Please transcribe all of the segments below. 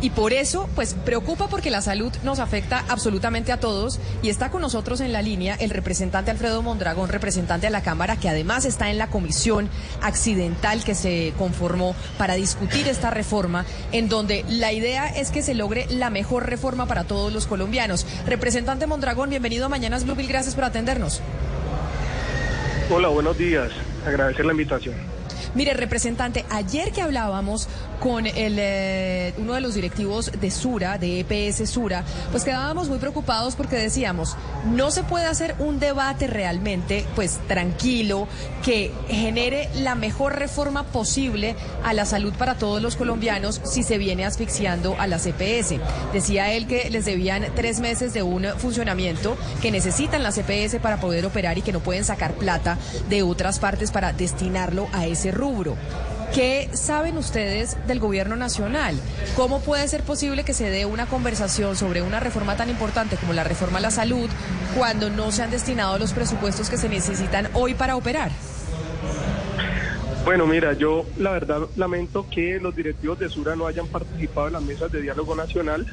y por eso pues preocupa porque la salud nos afecta absolutamente a todos y está con nosotros en la línea el representante Alfredo Mondragón, representante de la Cámara, que además está en la comisión accidental que se conformó para discutir esta reforma, en donde la idea es que se logre la mejor reforma para todos los colombianos. Representante Mondragón, bienvenido a Mañanas Blue, gracias por atendernos. Hola, buenos días. Agradecer la invitación. Mire, representante, ayer que hablábamos con uno de los directivos de Sura, de EPS Sura, pues quedábamos muy preocupados porque decíamos, no se puede hacer un debate realmente, pues tranquilo, que genere la mejor reforma posible a la salud para todos los colombianos si se viene asfixiando a las EPS. Decía él que les debían 3 meses de un funcionamiento, que necesitan las EPS para poder operar y que no pueden sacar plata de otras partes para destinarlo a ese rubro. ¿Qué saben ustedes del gobierno nacional? ¿Cómo puede ser posible que se dé una conversación sobre una reforma tan importante como la reforma a la salud cuando no se han destinado los presupuestos que se necesitan hoy para operar? Bueno, mira, yo la verdad lamento que los directivos de Sura no hayan participado en las mesas de diálogo nacional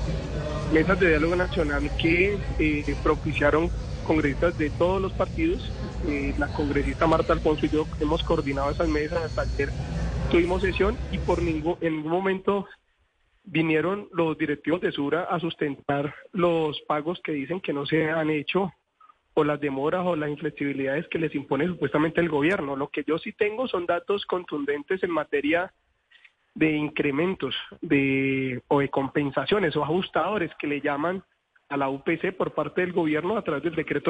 que propiciaron congresistas de todos los partidos. La congresista Marta Alfonso y yo hemos coordinado esas mesas. Hasta ayer tuvimos sesión y en ningún momento vinieron los directivos de Sura a sustentar los pagos que dicen que no se han hecho, o las demoras o las inflexibilidades que les impone supuestamente el gobierno. Lo que yo sí tengo son datos contundentes en materia de incrementos o de compensaciones o ajustadores que le llaman a la UPC por parte del gobierno a través del decreto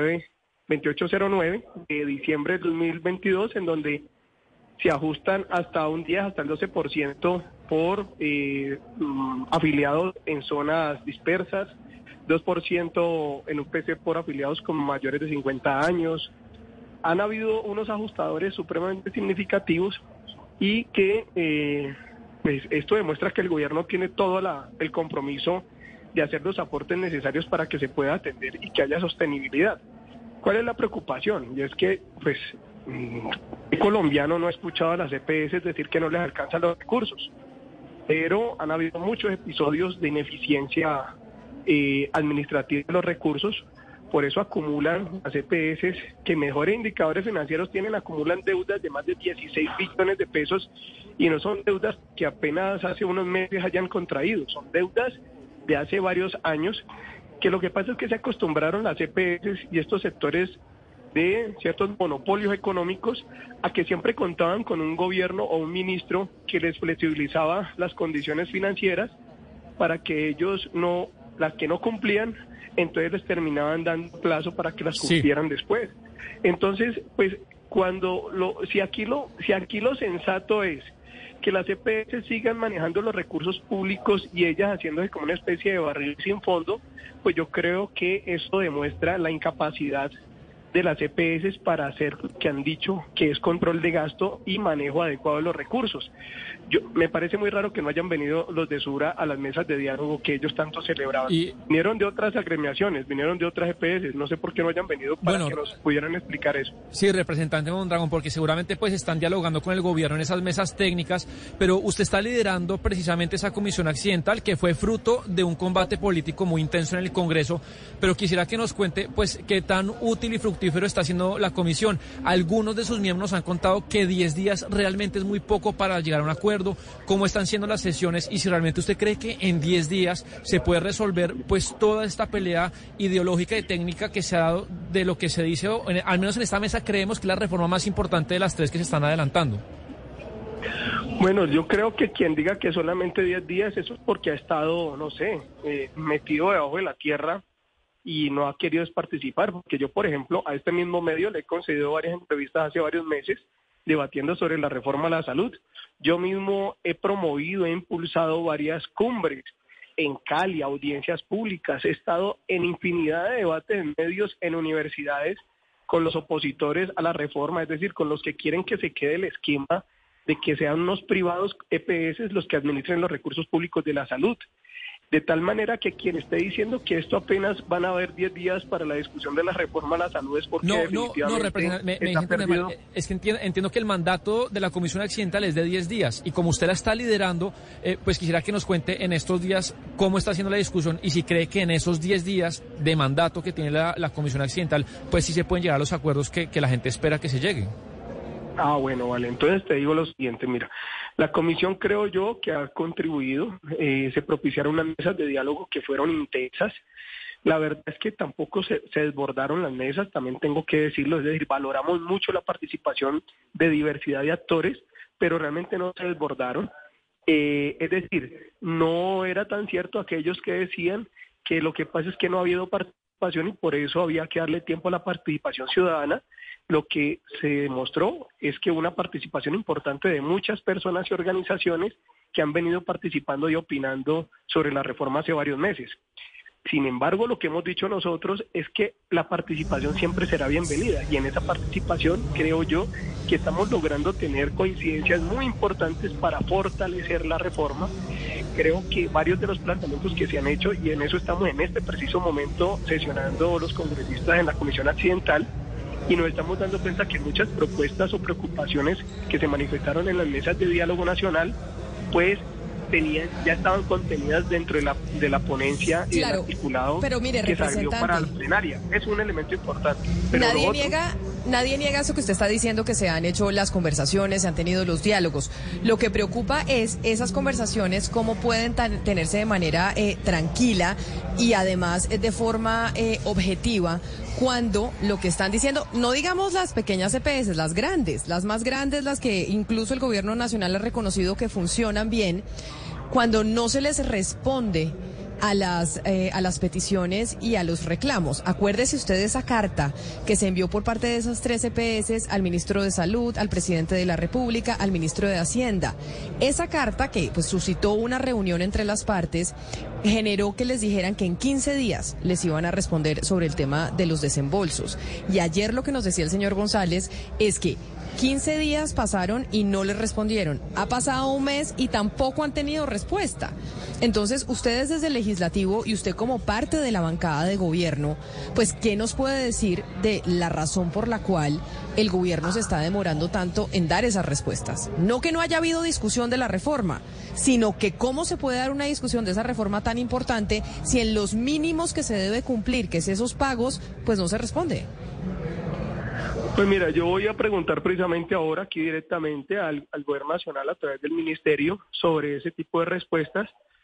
2809 de diciembre de 2022, en donde se ajustan hasta un 10, hasta el 12% por afiliados en zonas dispersas, 2% en UPC por afiliados con mayores de 50 años. Han habido unos ajustadores supremamente significativos y que pues esto demuestra que el gobierno tiene todo el compromiso de hacer los aportes necesarios para que se pueda atender y que haya sostenibilidad. ¿Cuál es la preocupación? Y es que, pues, el colombiano no ha escuchado a las EPS decir que no les alcanzan los recursos, pero han habido muchos episodios de ineficiencia administrativa de los recursos. Por eso acumulan las EPS que mejores indicadores financieros tienen, acumulan deudas de más de 16 billones de pesos, y no son deudas que apenas hace unos meses hayan contraído, son deudas de hace varios años, que lo que pasa es que se acostumbraron las EPS y estos sectores de ciertos monopolios económicos a que siempre contaban con un gobierno o un ministro que les flexibilizaba las condiciones financieras para que ellos las que no cumplían, entonces les terminaban dando plazo para que las cumplieran después. Entonces, pues si aquí lo sensato es que las EPS sigan manejando los recursos públicos y ellas haciéndose como una especie de barril sin fondo, pues yo creo que esto demuestra la incapacidad de las EPS para hacer lo que han dicho, que es control de gasto y manejo adecuado de los recursos. Me parece muy raro que no hayan venido los de Sura a las mesas de diálogo que ellos tanto celebraban. Vinieron de otras agremiaciones, vinieron de otras EPS, no sé por qué no hayan venido para que nos pudieran explicar eso. Sí, representante Mondragón, porque seguramente pues están dialogando con el gobierno en esas mesas técnicas, pero usted está liderando precisamente esa comisión accidental que fue fruto de un combate político muy intenso en el Congreso, pero quisiera que nos cuente pues qué tan útil y fructífero está haciendo la comisión. Algunos de sus miembros han contado que 10 días realmente es muy poco para llegar a un acuerdo. ¿Cómo están siendo las sesiones? Y si realmente usted cree que en 10 días se puede resolver pues toda esta pelea ideológica y técnica que se ha dado de lo que se dice, al menos en esta mesa creemos que es la reforma más importante de las 3 que se están adelantando. Bueno, yo creo que quien diga que solamente 10 días, eso es porque ha estado, no sé, metido debajo de la tierra y no ha querido participar, porque yo, por ejemplo, a este mismo medio le he concedido varias entrevistas hace varios meses debatiendo sobre la reforma a la salud. Yo mismo he promovido, he impulsado varias cumbres en Cali, audiencias públicas, he estado en infinidad de debates en medios, en universidades, con los opositores a la reforma, es decir, con los que quieren que se quede el esquema de que sean unos privados EPS los que administren los recursos públicos de la salud. De tal manera que quien esté diciendo que esto apenas van a haber 10 días para la discusión de la reforma a la salud es porque es que entiendo que el mandato de la Comisión Accidental es de 10 días y como usted la está liderando, pues quisiera que nos cuente en estos días cómo está haciendo la discusión y si cree que en esos 10 días de mandato que tiene la Comisión Accidental, pues sí se pueden llegar a los acuerdos que la gente espera que se lleguen. Bueno, vale. Entonces te digo lo siguiente, mira, la comisión creo yo que ha contribuido, se propiciaron unas mesas de diálogo que fueron intensas. La verdad es que tampoco se desbordaron las mesas, también tengo que decirlo, es decir, valoramos mucho la participación de diversidad de actores, pero realmente no se desbordaron. Es decir, no era tan cierto aquellos que decían que lo que pasa es que no ha habido participación y por eso había que darle tiempo a la participación ciudadana. Lo que se demostró es que una participación importante de muchas personas y organizaciones que han venido participando y opinando sobre la reforma hace varios meses. Sin embargo, lo que hemos dicho nosotros es que la participación siempre será bienvenida y en esa participación creo yo que estamos logrando tener coincidencias muy importantes para fortalecer la reforma. Creo que varios de los planteamientos que se han hecho, y en eso estamos en este preciso momento sesionando los congresistas en la Comisión Accidental, y nos estamos dando cuenta que muchas propuestas o preocupaciones que se manifestaron en las mesas de diálogo nacional, pues ya estaban contenidas dentro de la ponencia y del articulado, pero mire, que salió para la plenaria. Es un elemento importante. Pero nadie niega eso que usted está diciendo, que se han hecho las conversaciones, se han tenido los diálogos. Lo que preocupa es esas conversaciones, cómo pueden tenerse de manera tranquila y además de forma objetiva, cuando lo que están diciendo, no digamos las pequeñas EPS, las grandes, las más grandes, las que incluso el gobierno nacional ha reconocido que funcionan bien, cuando no se les responde a las peticiones y a los reclamos. Acuérdese usted de esa carta que se envió por parte de esas 3 EPS al ministro de Salud, al presidente de la República, al ministro de Hacienda. Esa carta, que pues suscitó una reunión entre las partes, generó que les dijeran que en 15 días les iban a responder sobre el tema de los desembolsos. Y ayer lo que nos decía el señor González es que 15 días pasaron y no les respondieron. Ha pasado un mes y tampoco han tenido respuesta. Entonces, ustedes desde el legislativo y usted como parte de la bancada de gobierno, pues, ¿qué nos puede decir de la razón por la cual el gobierno se está demorando tanto en dar esas respuestas? No que no haya habido discusión de la reforma, sino que cómo se puede dar una discusión de esa reforma tan importante si en los mínimos que se debe cumplir, que es esos pagos, pues no se responde. Pues mira, yo voy a preguntar precisamente ahora aquí directamente al Gobierno Nacional a través del Ministerio sobre ese tipo de respuestas,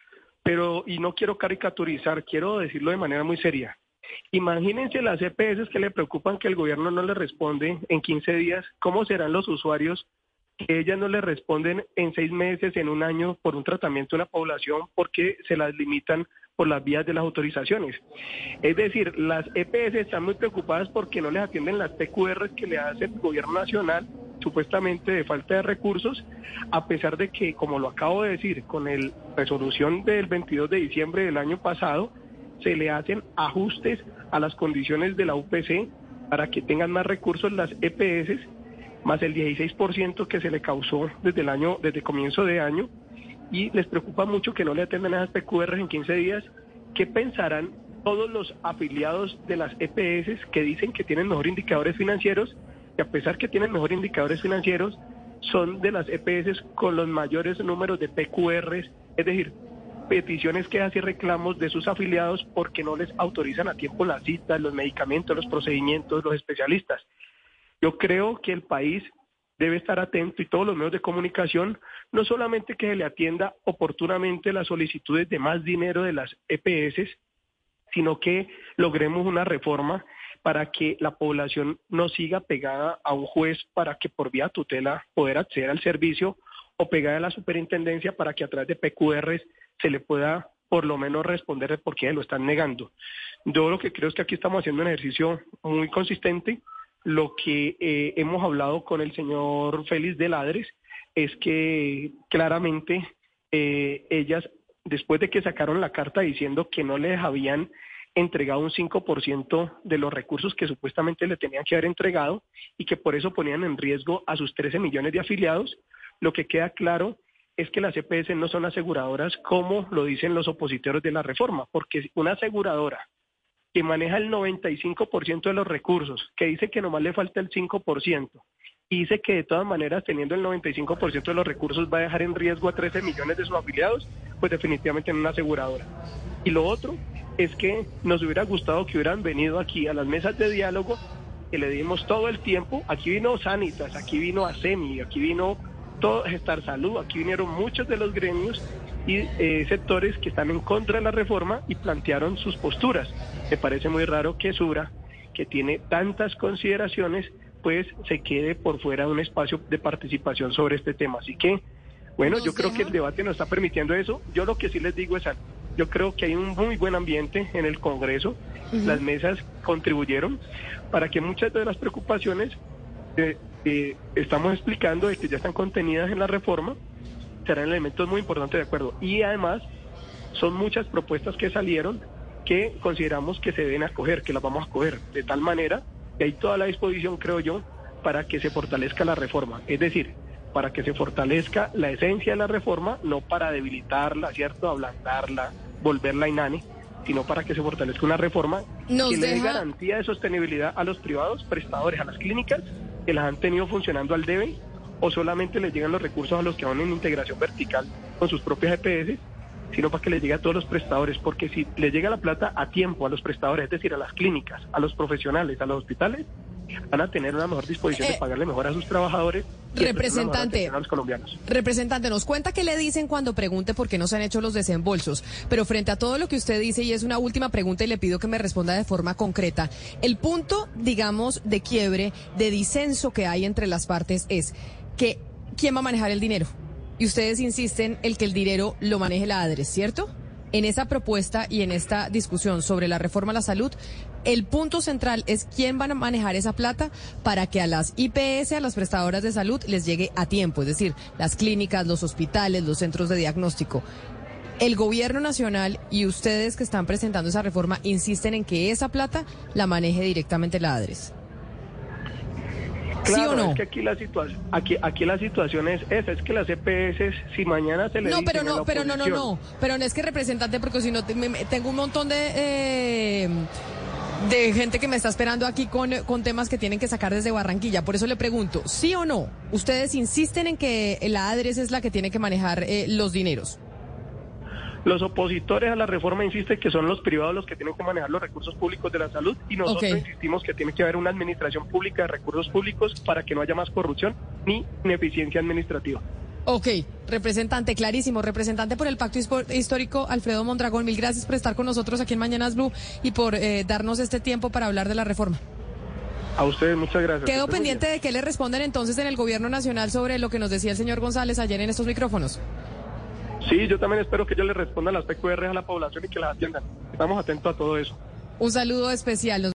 y no quiero caricaturizar, quiero decirlo de manera muy seria. Imagínense las EPS que le preocupan que el gobierno no le responde en 15 días, ¿cómo serán los usuarios que ellas no le responden en 6 meses, en un año, por un tratamiento a una población porque se las limitan por las vías de las autorizaciones? Es decir, las EPS están muy preocupadas porque no les atienden las PQR que le hace el gobierno nacional, supuestamente de falta de recursos, a pesar de que, como lo acabo de decir, con la resolución del 22 de diciembre del año pasado, se le hacen ajustes a las condiciones de la UPC para que tengan más recursos las EPS, más el 16% que se le causó desde comienzo de año, y les preocupa mucho que no le atiendan a esas PQR en 15 días. ¿Qué pensarán todos los afiliados de las EPS que dicen que tienen mejores indicadores financieros, y a pesar que tienen mejores indicadores financieros, son de las EPS con los mayores números de PQRs, es decir, peticiones, quejas y reclamos de sus afiliados porque no les autorizan a tiempo las citas, los medicamentos, los procedimientos, los especialistas? Yo creo que el país debe estar atento, y todos los medios de comunicación, no solamente que se le atienda oportunamente las solicitudes de más dinero de las EPS, sino que logremos una reforma para que la población no siga pegada a un juez para que por vía tutela poder acceder al servicio, o pegada a la superintendencia para que a través de PQRs se le pueda por lo menos responder de por qué lo están negando. Yo lo que creo es que aquí estamos haciendo un ejercicio muy consistente. Lo que hemos hablado con el señor Félix de Ladres es que claramente ellas, después de que sacaron la carta diciendo que no les habían entregado un 5% de los recursos que supuestamente le tenían que haber entregado, y que por eso ponían en riesgo a sus 13 millones de afiliados, lo que queda claro es que las EPS no son aseguradoras como lo dicen los opositores de la reforma, porque una aseguradora que maneja el 95% de los recursos, que dice que nomás le falta el 5%, y dice que de todas maneras teniendo el 95% de los recursos va a dejar en riesgo a 13 millones de sus afiliados, pues definitivamente no una aseguradora. Y lo otro es que nos hubiera gustado que hubieran venido aquí a las mesas de diálogo, que le dimos todo el tiempo. Aquí vino Sanitas, aquí vino ASEMI, aquí vino todo Gestar Salud, aquí vinieron muchos de los gremios y sectores que están en contra de la reforma y plantearon sus posturas. Me parece muy raro que Sura, que tiene tantas consideraciones, pues se quede por fuera de un espacio de participación sobre este tema. Así que, bueno, yo creo que el debate nos está permitiendo eso. Yo lo que sí les digo es algo. Yo creo que hay un muy buen ambiente en el Congreso. Las mesas contribuyeron para que muchas de las preocupaciones estamos explicando de que ya están contenidas en la reforma serán elementos muy importantes de acuerdo. Y además son muchas propuestas que salieron que consideramos que se deben acoger, que las vamos a acoger de tal manera que hay toda la disposición, creo yo, para que se fortalezca la reforma. Es decir, para que se fortalezca la esencia de la reforma, no para debilitarla, ¿cierto?, ablandarla, volverla inane, sino para que se fortalezca una reforma que le dé garantía de sostenibilidad a los privados prestadores, a las clínicas que las han tenido funcionando al debe, o solamente les llegan los recursos a los que van en integración vertical con sus propias EPS, sino para que les llegue a todos los prestadores, porque si les llega la plata a tiempo a los prestadores, es decir, a las clínicas, a los profesionales, a los hospitales, van a tener una mejor disposición de pagarle mejor a sus trabajadores. Representante, a los colombianos. Representante, nos cuenta qué le dicen cuando pregunte por qué no se han hecho los desembolsos, pero frente a todo lo que usted dice, y es una última pregunta y le pido que me responda de forma concreta, el punto, digamos, de quiebre, de disenso que hay entre las partes es que ¿quién va a manejar el dinero? Y ustedes insisten en que el dinero lo maneje la ADRES, ¿cierto? En esa propuesta y en esta discusión sobre la reforma a la salud, el punto central es quién van a manejar esa plata para que a las IPS, a las prestadoras de salud, les llegue a tiempo, es decir, las clínicas, los hospitales, los centros de diagnóstico. El gobierno nacional y ustedes que están presentando esa reforma insisten en que esa plata la maneje directamente la ADRES. Claro, ¿sí o no? Es que aquí la situación es esa, es que las EPS, si mañana se le no, dice pero no es que representante, porque si no tengo un montón de gente que me está esperando aquí con temas que tienen que sacar desde Barranquilla. Por eso le pregunto, ¿sí o no? ¿Ustedes insisten en que la ADRES es la que tiene que manejar los dineros? Los opositores a la reforma insisten que son los privados los que tienen que manejar los recursos públicos de la salud y nosotros insistimos que tiene que haber una administración pública de recursos públicos para que no haya más corrupción ni ineficiencia administrativa. Ok, representante, clarísimo. Representante por el Pacto Histórico, Alfredo Mondragón, mil gracias por estar con nosotros aquí en Mañanas Blue y por darnos este tiempo para hablar de la reforma. A ustedes muchas gracias. Quedo pendiente de que le responden entonces en el Gobierno Nacional sobre lo que nos decía el señor González ayer en estos micrófonos. Sí, yo también espero que ellos le respondan al aspecto de a la población y que las atiendan. Estamos atentos a todo eso. Un saludo especial.